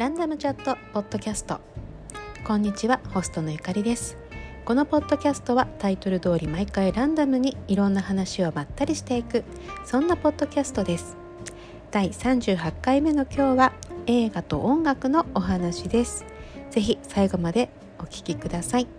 ランダムチャットポッドキャスト。こんにちは、ホストのゆかりです。このポッドキャストはタイトル通り毎回ランダムにいろんな話をまったりしていく、そんなポッドキャストです。第38回目の今日は映画と音楽のお話です。ぜひ最後までお聞きください。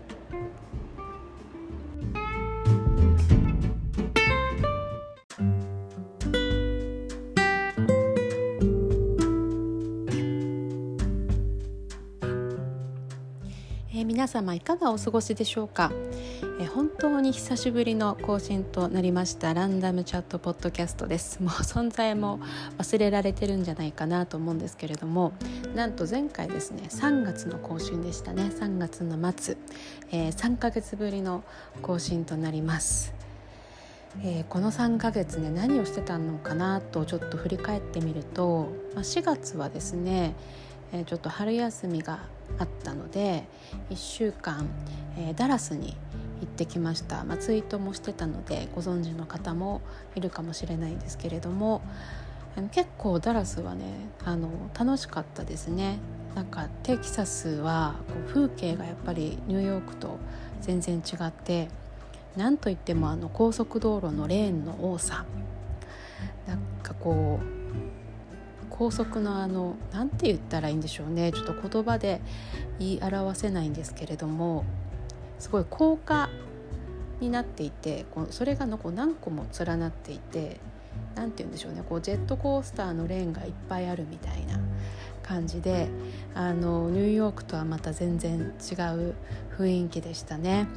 皆様いかがお過ごしでしょうか。本当に久しぶりの更新となりましたランダムチャットポッドキャストです。もう存在も忘れられてるんじゃないかなと思うんですけれども、なんと前回ですね、3月の更新でしたね。3月の末、3ヶ月ぶりの更新となります。この3ヶ月ね、何をしてたのかなとちょっと振り返ってみると、4月はですね、ちょっと春休みがあったので1週間、ダラスに行ってきました。ツイートもしてたのでご存知の方もいるかもしれないんですけれども、結構ダラスはね楽しかったですね。なんかテキサスは風景がやっぱりニューヨークと全然違って、なんといっても高速道路のレーンの多さ、なんか高速のなんて言ったらいいんでしょうね、ちょっと言葉で言い表せないんですけれども、すごい高架になっていて、それが何個も連なっていて、なんて言うんでしょうね、ジェットコースターのレーンがいっぱいあるみたいな感じで、ニューヨークとはまた全然違う雰囲気でしたね。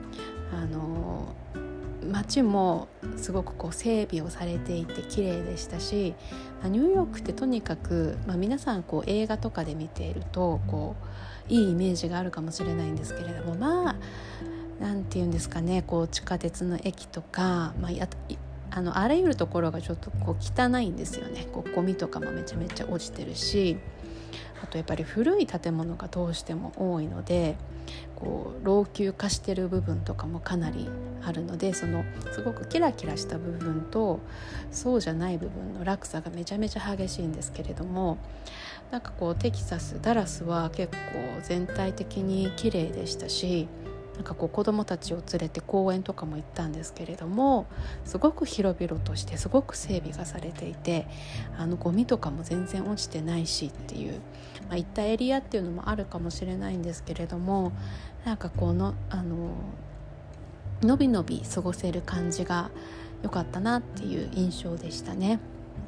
街もすごく整備をされていて綺麗でしたし、ニューヨークってとにかく、皆さん映画とかで見ているといいイメージがあるかもしれないんですけれども、なんていうんですかね、地下鉄の駅とか、あらゆるところがちょっと汚いんですよね。ゴミとかもめちゃめちゃ落ちてるし、あとやっぱり古い建物がどうしても多いので、老朽化してる部分とかもかなりあるので、すごくキラキラした部分とそうじゃない部分の落差がめちゃめちゃ激しいんですけれども、なんかテキサス、ダラスは結構全体的に綺麗でしたし、なんか子供たちを連れて公園とかも行ったんですけれども、すごく広々としてすごく整備がされていて、ゴミとかも全然落ちてないしっていう、行ったエリアっていうのもあるかもしれないんですけれども、なんかのびのび過ごせる感じが良かったなっていう印象でしたね。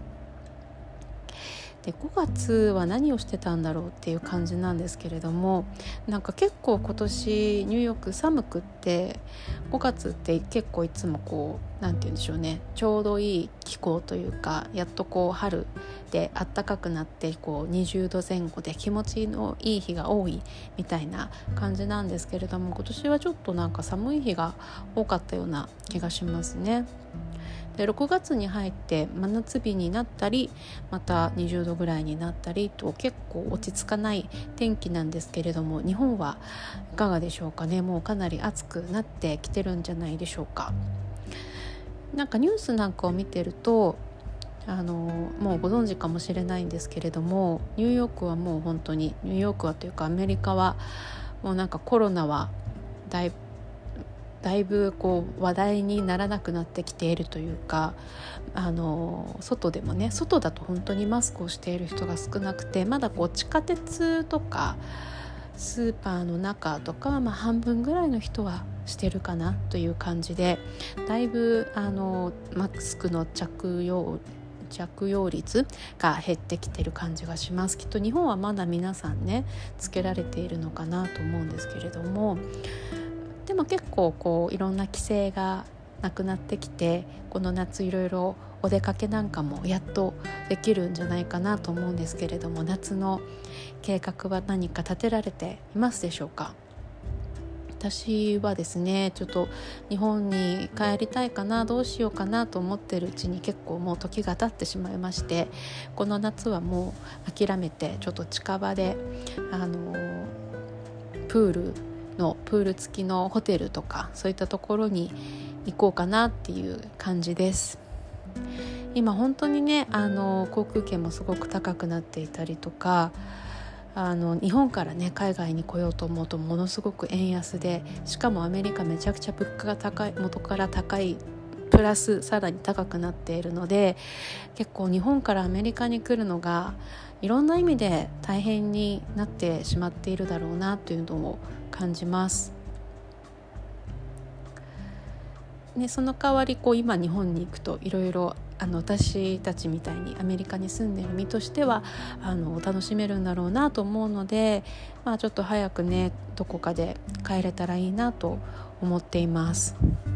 で、5月は何をしてたんだろうっていう感じなんですけれども、なんか結構今年ニューヨーク寒くって、5月って結構いつもなんて言うんでしょうね、ちょうどいい気候というか、やっと春で暖かくなって20度前後で気持ちのいい日が多いみたいな感じなんですけれども、今年はちょっとなんか寒い日が多かったような気がしますね。で、6月に入って真夏日になったり、また20度ぐらいになったりと、結構落ち着かない天気なんですけれども、日本はいかがでしょうかね。もうかなり暑くなってきてるんじゃないでしょうか。なんかニュースなんかを見てると、もうご存知かもしれないんですけれども、ニューヨークはもう本当に、ニューヨークはというかアメリカはもうなんかコロナはだいぶ話題にならなくなってきているというか、外でもね、外だと本当にマスクをしている人が少なくて、まだ地下鉄とかスーパーの中とかは半分ぐらいの人はしてるかなという感じで、だいぶマスクの着用率が減ってきてる感じがします。きっと日本はまだ皆さんねつけられているのかなと思うんですけれども、でも結構いろんな規制がなくなってきて、この夏いろいろお出かけなんかもやっとできるんじゃないかなと思うんですけれども、夏の計画は何か立てられていますでしょうか。私はですね、ちょっと日本に帰りたいかな、どうしようかなと思ってるうちに結構もう時が経ってしまいまして、この夏はもう諦めて、ちょっと近場でプール付きのホテルとかそういったところに行こうかなっていう感じです。今本当にね航空券もすごく高くなっていたりとか、 日本からね海外に来ようと思うとものすごく円安で、しかもアメリカめちゃくちゃ物価が高い、元から高いプラスさらに高くなっているので、結構日本からアメリカに来るのがいろんな意味で大変になってしまっているだろうなというのを感じます。ね、その代わり今日本に行くといろいろ私たちみたいにアメリカに住んでいる身としては楽しめるんだろうなと思うので、ちょっと早くねどこかで帰れたらいいなと思っています。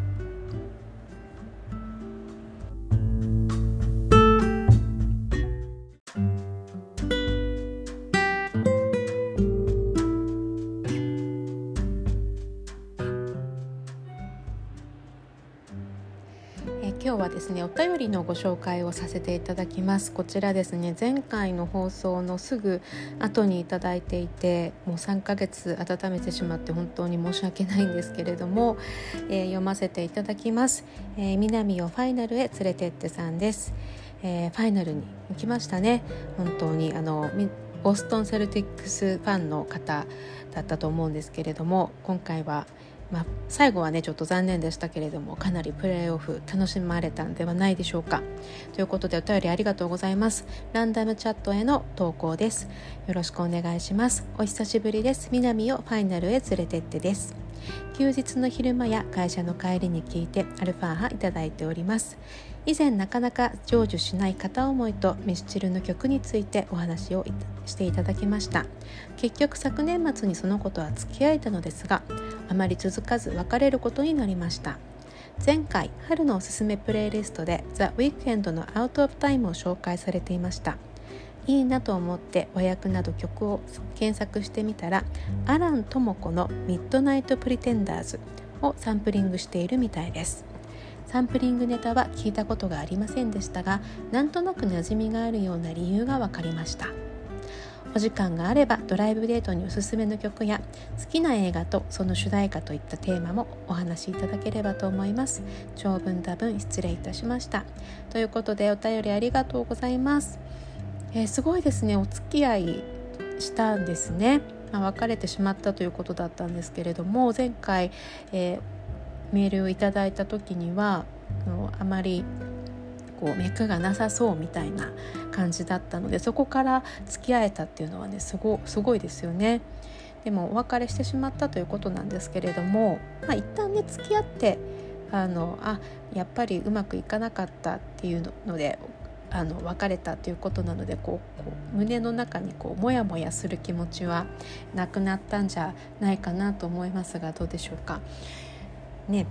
今日はですねお便りのご紹介をさせていただきます。こちらですね、前回の放送のすぐ後にいただいていて、もう3ヶ月温めてしまって本当に申し訳ないんですけれども、読ませていただきます。南をファイナルへ連れてってさんです。ファイナルに行きましたね。本当にボストンセルティックスファンの方だったと思うんですけれども、今回は最後はねちょっと残念でしたけれども、かなりプレーオフ楽しまれたんではないでしょうか。ということでお便りありがとうございます。ランダムチャットへの投稿です。よろしくお願いします。お久しぶりです。南をファイナルへ連れてってです。休日の昼間や会社の帰りに聞いてアルファ派いただいております。以前なかなか成就しない片思いとミスチルの曲についてお話をしていただきました。結局昨年末にその子とは付き合えたのですが、あまり続かず別れることになりました。前回春のおすすめプレイリストでザ・ウィークエンドのアウトオブタイムを紹介されていました。いいなと思って和訳など曲を検索してみたら、アラン・トモコのミッドナイト・プリテンダーズをサンプリングしているみたいです。サンプリングネタは聞いたことがありませんでしたが、なんとなく馴染みがあるような理由が分かりました。お時間があればドライブデートにおすすめの曲や好きな映画とその主題歌といったテーマもお話しいただければと思います。長文多文失礼いたしました。ということでお便りありがとうございます。すごいですね、お付き合いしたんですね。別れてしまったということだったんですけれども、前回、メールをいただいた時にはあまり脈がなさそうみたいな感じだったので、そこから付き合えたっていうのはねすごいですよね。でもお別れしてしまったということなんですけれども、一旦ね付き合ってやっぱりうまくいかなかったっていうので別れたということなので、胸の中にモヤモヤする気持ちはなくなったんじゃないかなと思いますが、どうでしょうかね。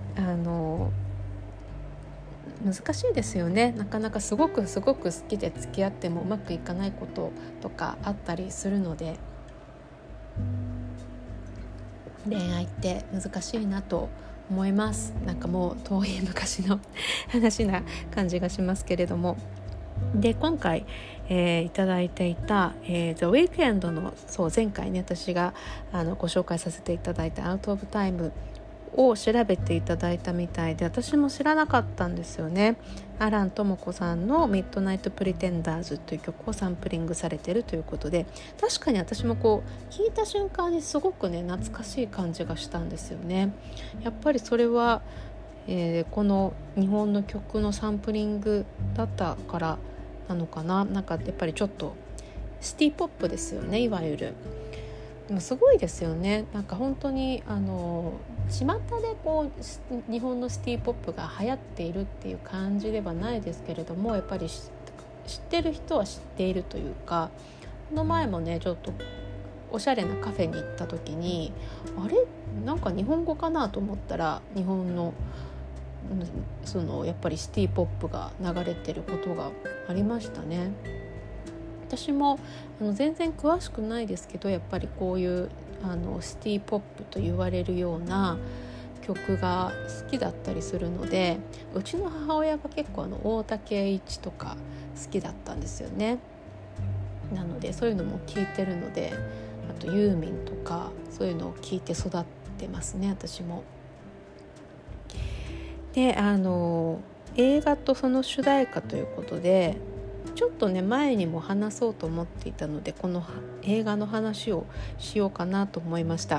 難しいですよね。なかなかすごく好きで付き合ってもうまくいかないこととかあったりするので、恋愛って難しいなと思います。なんかもう遠い昔の話な感じがしますけれども、で今回、いただいていた、The Weeknd の前回ね私がご紹介させていただいたアウトオブタイムを調べていただいたみたいで、私も知らなかったんですよね。アラン・トモコさんのミッドナイト・プリテンダーズという曲をサンプリングされているということで、確かに私も聞いた瞬間にすごくね懐かしい感じがしたんですよね。やっぱりそれは、この日本の曲のサンプリングだったからなのかな。なんかやっぱりちょっとシティポップですよね、いわゆる。でもすごいですよね。なんか本当に巷で日本のシティポップが流行っているっていう感じではないですけれども、やっぱり知ってる人は知っているというか、この前もねちょっとおしゃれなカフェに行った時になんか日本語かなと思ったら日本のやっぱりシティポップが流れてることがありましたね。私も全然詳しくないですけど、やっぱりこういうシティポップと言われるような曲が好きだったりするので、うちの母親が結構大竹栄一とか好きだったんですよね。なのでそういうのも聞いてるので、あとユーミンとかそういうのを聞いて育ってますね、私も。で映画とその主題歌ということで、ちちょっとね前にも話そうと思っていたので、この映画の話をしようかなと思いました。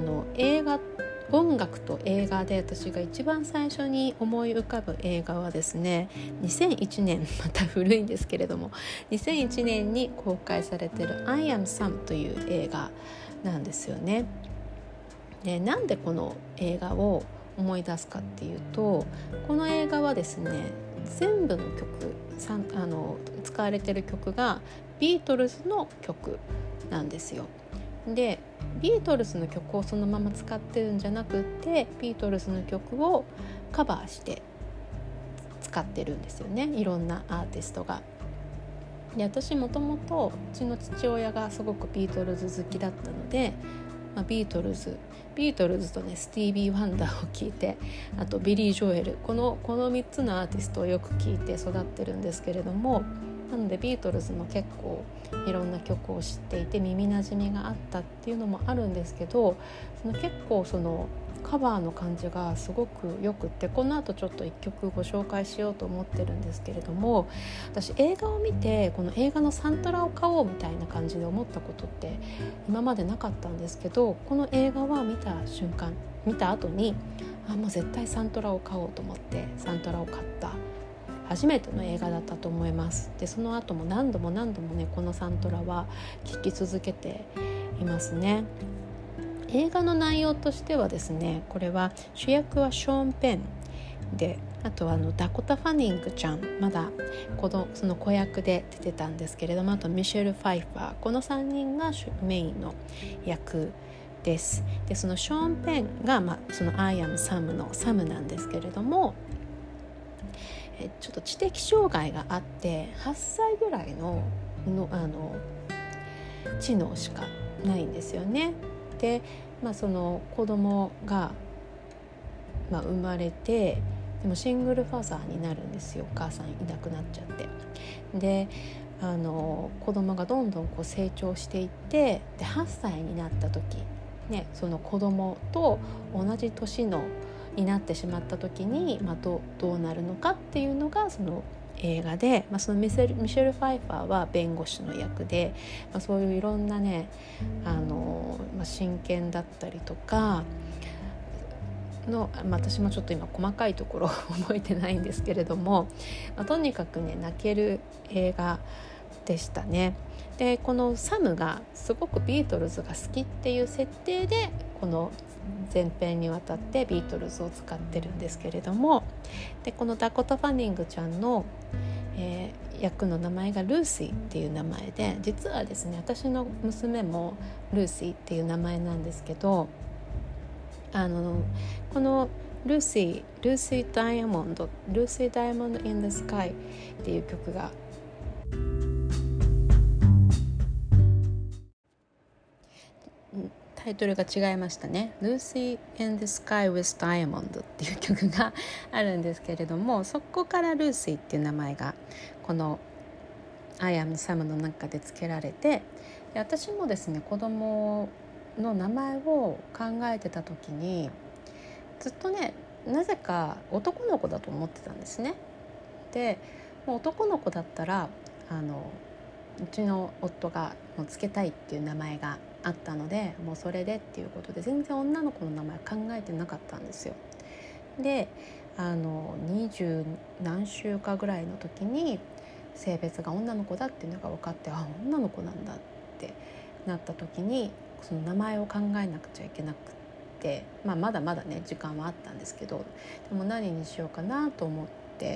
音楽と映画で私が一番最初に思い浮かぶ映画はですね、2001年、また古いんですけれども、2001年に公開されている I Am Sam という映画なんですよね。で、なんでこの映画を思い出すかっていうと、この映画はですね、全部の曲使われている曲がビートルズの曲なんですよ。で、ビートルズの曲をそのまま使ってるんじゃなくて、ビートルズの曲をカバーして使ってるんですよね、いろんなアーティストが。で、私もともとうちの父親がすごくビートルズ好きだったので、ビートルズとねスティービー・ワンダーを聴いて、あとビリー・ジョエル、この3つのアーティストをよく聴いて育ってるんですけれども、なのでビートルズも結構いろんな曲を知っていて耳なじみがあったっていうのもあるんですけど、結構そのカバーの感じがすごくよくって、この後ちょっと1曲ご紹介しようと思ってるんですけれども、私映画を見てこの映画のサントラを買おうみたいな感じで思ったことって今までなかったんですけど、この映画は見た後にもう絶対サントラを買おうと思ってサントラを買った初めての映画だったと思います。で、その後も何度もねこのサントラは聴き続けていますね。映画の内容としてはですね、これは主役はショーン・ペンで、あとはダコタ・ファニングちゃん、まだその子役で出てたんですけれども、あとミシェル・ファイファー、この3人がメインの役です。で、そのショーン・ペンが、その I am Sam のサムなんですけれども、ちょっと知的障害があって8歳ぐらいの知能しかないんですよね。で、その子供が、生まれて、でもシングルファザーになるんですよ。お母さんいなくなっちゃって。で、子供がどんどん成長していって、で8歳になった時、その子供と同じ年になってしまった時に、どうなるのかっていうのがその映画で、そのミシェル・ファイファーは弁護士の役で、そういういろんなね真剣だったりとかの、私もちょっと今細かいところ覚えてないんですけれども、とにかくね泣ける映画でしたね。で、このサムがすごくビートルズが好きっていう設定でこの前編にわたってビートルズを使ってるんですけれども、でこのダコタ・ファニングちゃんの、役の名前がルーシーっていう名前で、実はですね私の娘もルーシーっていう名前なんですけど、このルーシーダイヤモンドイン・ザ・スカイっていう曲がタイトルが違いましたね。 Lucy in the Sky with Diamond っていう曲があるんですけれども、そこからルーシーっていう名前がこの I am Sam の中で付けられて、で私もですね子供の名前を考えてた時にずっとねなぜか男の子だと思ってたんですね。でもう男の子だったらうちの夫がもうつけたいっていう名前があったので、もうそれでっていうことで全然女の子の名前考えてなかったんですよ。で20何週かぐらいの時に性別が女の子だっていうのが分かって、女の子なんだってなった時にその名前を考えなくちゃいけなくて、まだまだね時間はあったんですけど、でも何にしようかなと思って、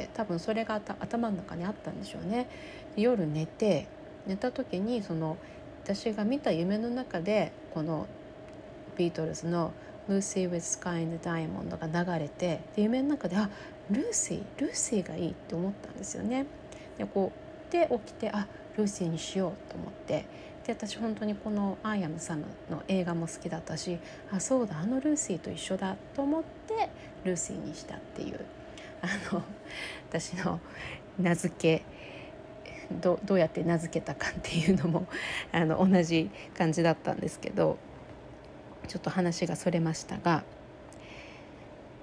多分それが頭の中にあったんでしょうね。夜寝た時に私が見た夢の中でこのビートルズの Lucy with Sky and Diamond が流れて、で夢の中でルーシーがいいって思ったんですよね。で起きてルーシーにしようと思って、で私本当にこの I am Sam の映画も好きだったし、そうだルーシーと一緒だと思ってルーシーにしたっていう私の名付けどうやって名付けたかっていうのも同じ感じだったんですけど、ちょっと話がそれましたが、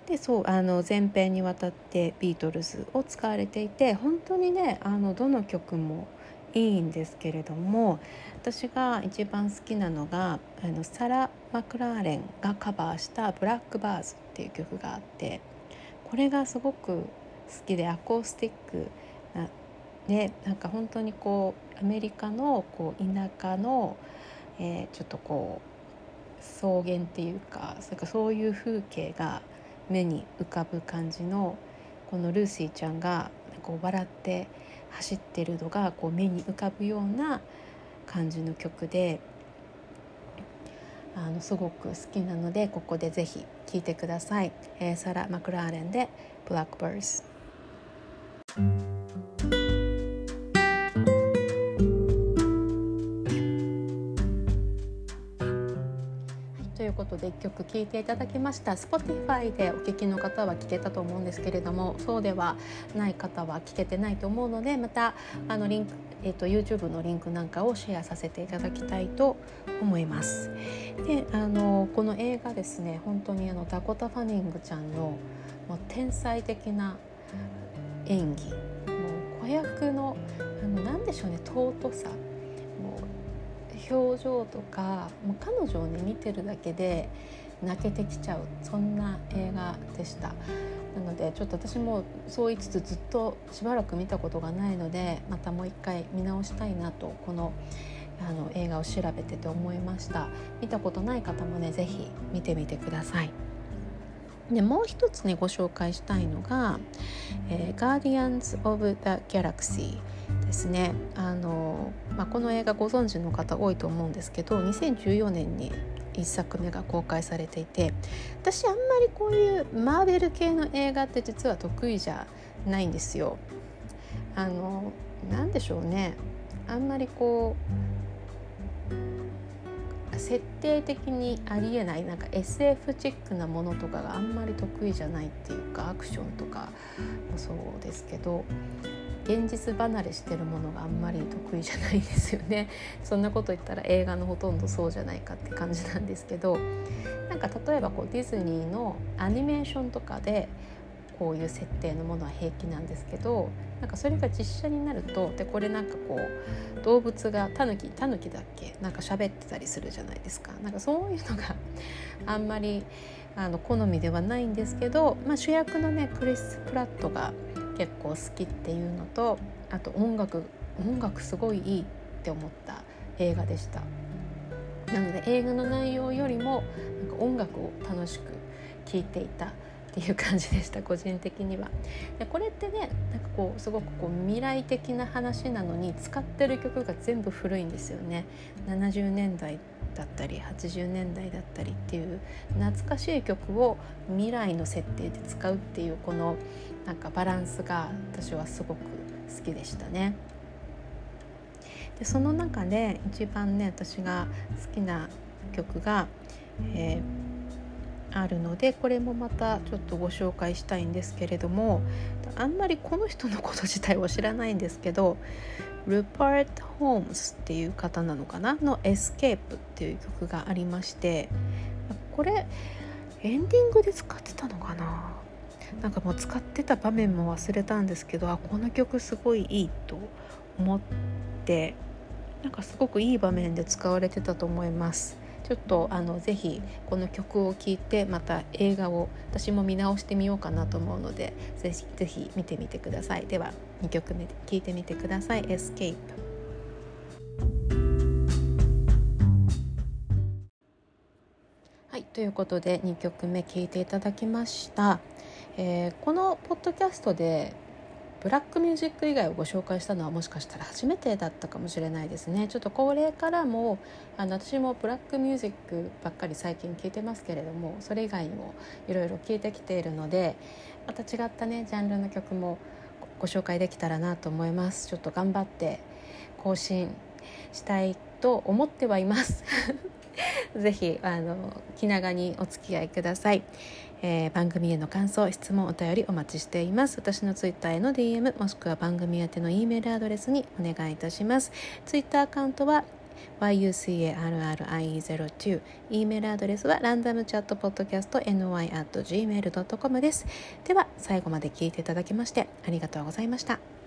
でそう前編にわたってビートルズを使われていて、本当にねどの曲もいいんですけれども、私が一番好きなのがサラ・マクラーレンがカバーしたブラックバーズっていう曲があって、これがすごく好きで、アコースティックなで、なんか本当にこうアメリカのこう田舎の、ちょっとこう草原っていうか、そういう風景が目に浮かぶ感じの、このルーシーちゃんがこう笑って走ってるのがこう目に浮かぶような感じの曲で、すごく好きなので、ここでぜひ聴いてください。サラ・マクラーレンでブラックバーズ。ということで1曲聴いていただきました。 Spotify でお聴きの方は聴けたと思うんですけれども、そうではない方は聴けてないと思うので、またリンク、YouTube のリンクなんかをシェアさせていただきたいと思います。でこの映画ですね、本当にダコタ・ファニングちゃんのもう天才的な演技、もう子役のなんでしょうね、尊さ、もう表情とか、もう彼女をね見てるだけで泣けてきちゃう、そんな映画でした。なのでちょっと私もそう言いつつずっとしばらく見たことがないので、またもう一回見直したいなとこの映画を調べてて思いました。見たことない方もねぜひ見てみてください。でもう一つねご紹介したいのが、Guardians of the Galaxy ですね。この映画ご存知の方多いと思うんですけど、2014年に1作目が公開されていて、私あんまりこういうマーベル系の映画って実は得意じゃないんですよ。なんでしょうね、あんまりこう設定的にありえない、なんか SF チックなものとかがあんまり得意じゃないっていうか、アクションとかもそうですけど、現実離れしてるものがあんまり得意じゃないですよね。そんなこと言ったら映画のほとんどそうじゃないかって感じなんですけど、なんか例えばこうディズニーのアニメーションとかでこういう設定のものは平気なんですけど、なんかそれが実写になると、でこれなんかこう動物がタヌキだっけ、なんか喋ってたりするじゃないですか。なんかそういうのがあんまり好みではないんですけど、主役のねクリス・プラットが結構好きっていうのと、あと音楽すごいいいって思った映画でした。なので映画の内容よりもなんか音楽を楽しく聴いていたっていう感じでした、個人的には。でこれってね、なんかこうすごくこう未来的な話なのに使ってる曲が全部古いんですよね。70年代だったり80年代だったりっていう懐かしい曲を未来の設定で使うっていう、このなんかバランスが私はすごく好きでしたね。でその中で一番ね私が好きな曲が、あるので、これもまたちょっとご紹介したいんですけれども、あんまりこの人のこと自体を知らないんですけど、ルパート・ホームズっていう方なのかなのエスケープっていう曲がありまして、これエンディングで使ってたのかな、なんかもう使ってた場面も忘れたんですけど、この曲すごいいいと思って、なんかすごくいい場面で使われてたと思います。ちょっとぜひこの曲を聴いて、また映画を私も見直してみようかなと思うので、ぜひ見てみてください。では2曲目聴いてみてください。 Escape。 はい、ということで2曲目聴いていただきました。このポッドキャストでブラックミュージック以外をご紹介したのはもしかしたら初めてだったかもしれないですね。ちょっとこれからも私もブラックミュージックばっかり最近聴いてますけれども、それ以外にもいろいろ聴いてきているので、また違ったねジャンルの曲もご紹介できたらなと思います。ちょっと頑張って更新したいと思ってはいますぜひ気長にお付き合いください。番組への感想、質問、お便りお待ちしています。私のツイッターへの DM もしくは番組宛ての E メールアドレスにお願いいたします。ツイッターアカウントは yucarrie02。 E メールアドレスはランダムチャットポッドキャスト ny@gmail.com です。では最後まで聞いていただきましてありがとうございました。